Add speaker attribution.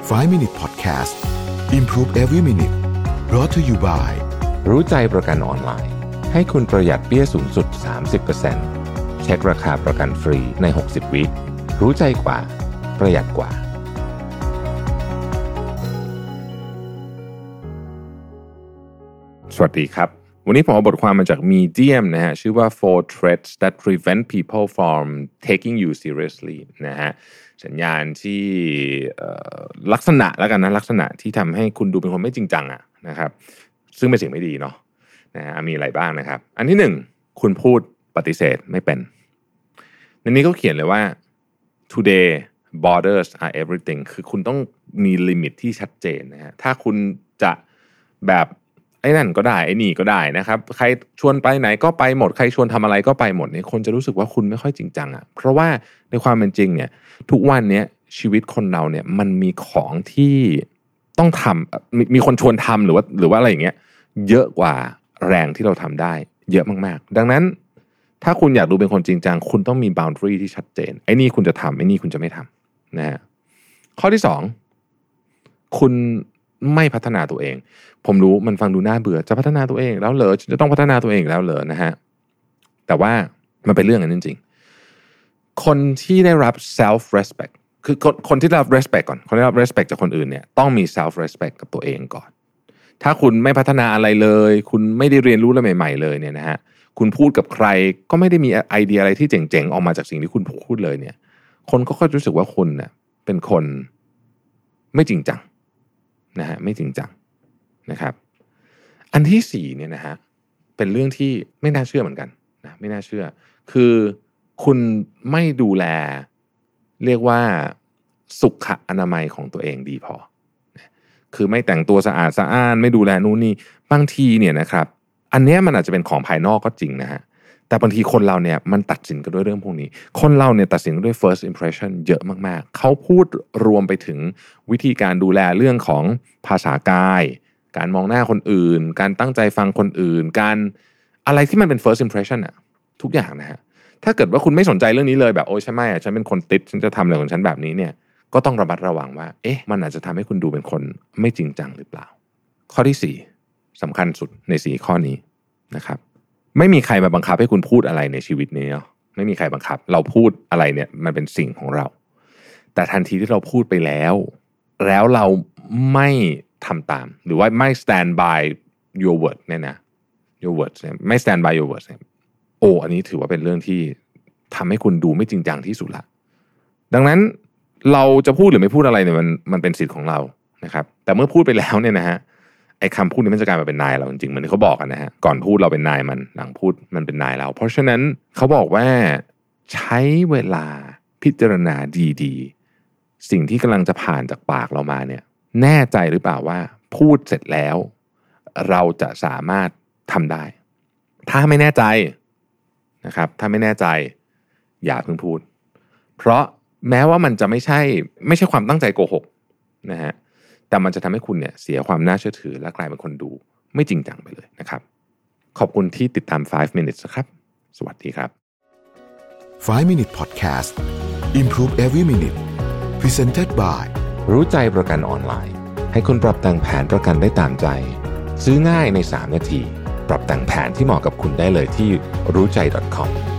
Speaker 1: 5 Minute Podcast Improve Every Minute brought to you by
Speaker 2: รู้ใจประกันออนไลน์ให้คุณประหยัดเบี้ยสูงสุด 30% เช็คราคาประกันฟรีใน60วิรู้ใจกว่าประหยัดกว่าสวัสดีครับวันนี้ผมเอาบทความมาจาก Medium นะฮะชื่อว่า 4 Threats that prevent people from taking you seriously นะฮะสัญญาณที่ลักษณะแล้วกันนะลักษณะที่ทำให้คุณดูเป็นคนไม่จริงจังนะครับซึ่งเป็นสิ่งไม่ดีเนาะนะฮะมีอะไรบ้างนะครับอันที่1คุณพูดปฏิเสธไม่เป็นในนี้เขาเขียนเลยว่า today borders are everything คือคุณต้องมีลิมิตที่ชัดเจนนะฮะถ้าคุณจะแบบไอ้นั่นก็ได้ไอ้นี่ก็ได้นะครับใครชวนไปไหนก็ไปหมดใครชวนทำอะไรก็ไปหมดเนี่ยคนจะรู้สึกว่าคุณไม่ค่อยจริงจังเพราะว่าในความเป็นจริงเนี่ยทุกวันนี้ชีวิตคนเราเนี่ยมันมีของที่ต้องทำมีคนชวนทำหรือว่าอะไรอย่างเงี้ยเยอะกว่าแรงที่เราทำได้เยอะมากๆดังนั้นถ้าคุณอยากดูเป็นคนจริงจังคุณต้องมี boundary ที่ชัดเจนไอ้นี่คุณจะทำไอ้นี่คุณจะไม่ทำนะฮะข้อที่2คุณไม่พัฒนาตัวเองผมรู้มันฟังดูน่าเบื่อจะพัฒนาตัวเองแล้วเหรอจะต้องพัฒนาตัวเองแล้วเหรอนะฮะแต่ว่ามันเป็นเรื่องนั้นจริงๆคนที่ได้รับ self respect คือคนที่ได้รับ respect ก่อนคนที่ได้รับ respect จากคนอื่นเนี่ยต้องมี self respect กับตัวเองก่อนถ้าคุณไม่พัฒนาอะไรเลยคุณไม่ได้เรียนรู้อะไรใหม่ๆเลยเนี่ยนะฮะคุณพูดกับใครก็ไม่ได้มีไอเดียอะไรที่เจ๋งๆออกมาจากสิ่งที่คุณพูดเลยเนี่ยคนก็รู้สึกว่าคุณเนี่ยเป็นคนไม่จริงจังนะฮะไม่จริงจังนะครับอันที่4เนี่ยนะฮะเป็นเรื่องที่ไม่น่าเชื่อเหมือนกันนะไม่น่าเชื่อคือคุณไม่ดูแลเรียกว่าสุขอนามัยของตัวเองดีพอคือไม่แต่งตัวสะอาดสะอ้านไม่ดูแลนู่นนี่บางทีเนี่ยนะครับอันนี้มันอาจจะเป็นของภายนอกก็จริงนะฮะแต่บางทีคนเราเนี่ยมันตัดสินกันด้วยเรื่องพวกนี้คนเราเนี่ยตัดสินกันด้วย first impression เยอะมากๆเขาพูดรวมไปถึงวิธีการดูแลเรื่องของภาษากายการมองหน้าคนอื่นการตั้งใจฟังคนอื่นการอะไรที่มันเป็น first impression ทุกอย่างนะฮะถ้าเกิดว่าคุณไม่สนใจเรื่องนี้เลยแบบโอ้ใช่ไหมฉันเป็นคนติดฉันจะทำอะไรของฉันแบบนี้เนี่ยก็ต้องระมัดระวังว่ามันอาจจะทำให้คุณดูเป็นคนไม่จริงจังหรือเปล่าข้อที่4สำคัญสุดใน4ข้อนี้นะครับไม่มีใครมาบังคับให้คุณพูดอะไรในชีวิตนี้เนาะไม่มีใครบังคับเราพูดอะไรเนี่ยมันเป็นสิ่งของเราแต่ทันทีที่เราพูดไปแล้วเราไม่ทำตามหรือว่าไม่ stand by your word เนี่ยนะ your words เนี่ยไม่ stand by your words เนี่ยอันนี้ถือว่าเป็นเรื่องที่ทำให้คุณดูไม่จริงจังที่สุดละดังนั้นเราจะพูดหรือไม่พูดอะไรเนี่ยมันเป็นสิทธิ์ของเรานะครับแต่เมื่อพูดไปแล้วเนี่ยนะฮะไอ้คำพูดนี้มันจะกลายมาเป็นนายเราจริงๆเหมือนที่เขาบอกกันนะฮะก่อนพูดเราเป็นนายมันหลังพูดมันเป็นนายเราเพราะฉะนั้นเขาบอกว่าใช้เวลาพิจารณาดีๆสิ่งที่กำลังจะผ่านจากปากเรามาเนี่ยแน่ใจหรือเปล่าว่าพูดเสร็จแล้วเราจะสามารถทำได้ถ้าไม่แน่ใจนะครับถ้าไม่แน่ใจอย่าเพิ่งพูดเพราะแม้ว่ามันจะไม่ใช่ความตั้งใจโกหกนะฮะแต่มันจะทำให้คุณเนี่ยเสียความน่าเชื่อถือและกลายเป็นคนดูไม่จริงจังไปเลยนะครับขอบคุณที่ติดตาม5 minutes นะครับสวัสดีครับ
Speaker 1: 5 Minute Podcast Improve Every Minute Presented by
Speaker 2: รู้ใจประกันออนไลน์ให้คุณปรับแต่งแผนประกันได้ตามใจซื้อง่ายใน3 นาทีปรับแต่งแผนที่เหมาะกับคุณได้เลยที่รู้ใจ .com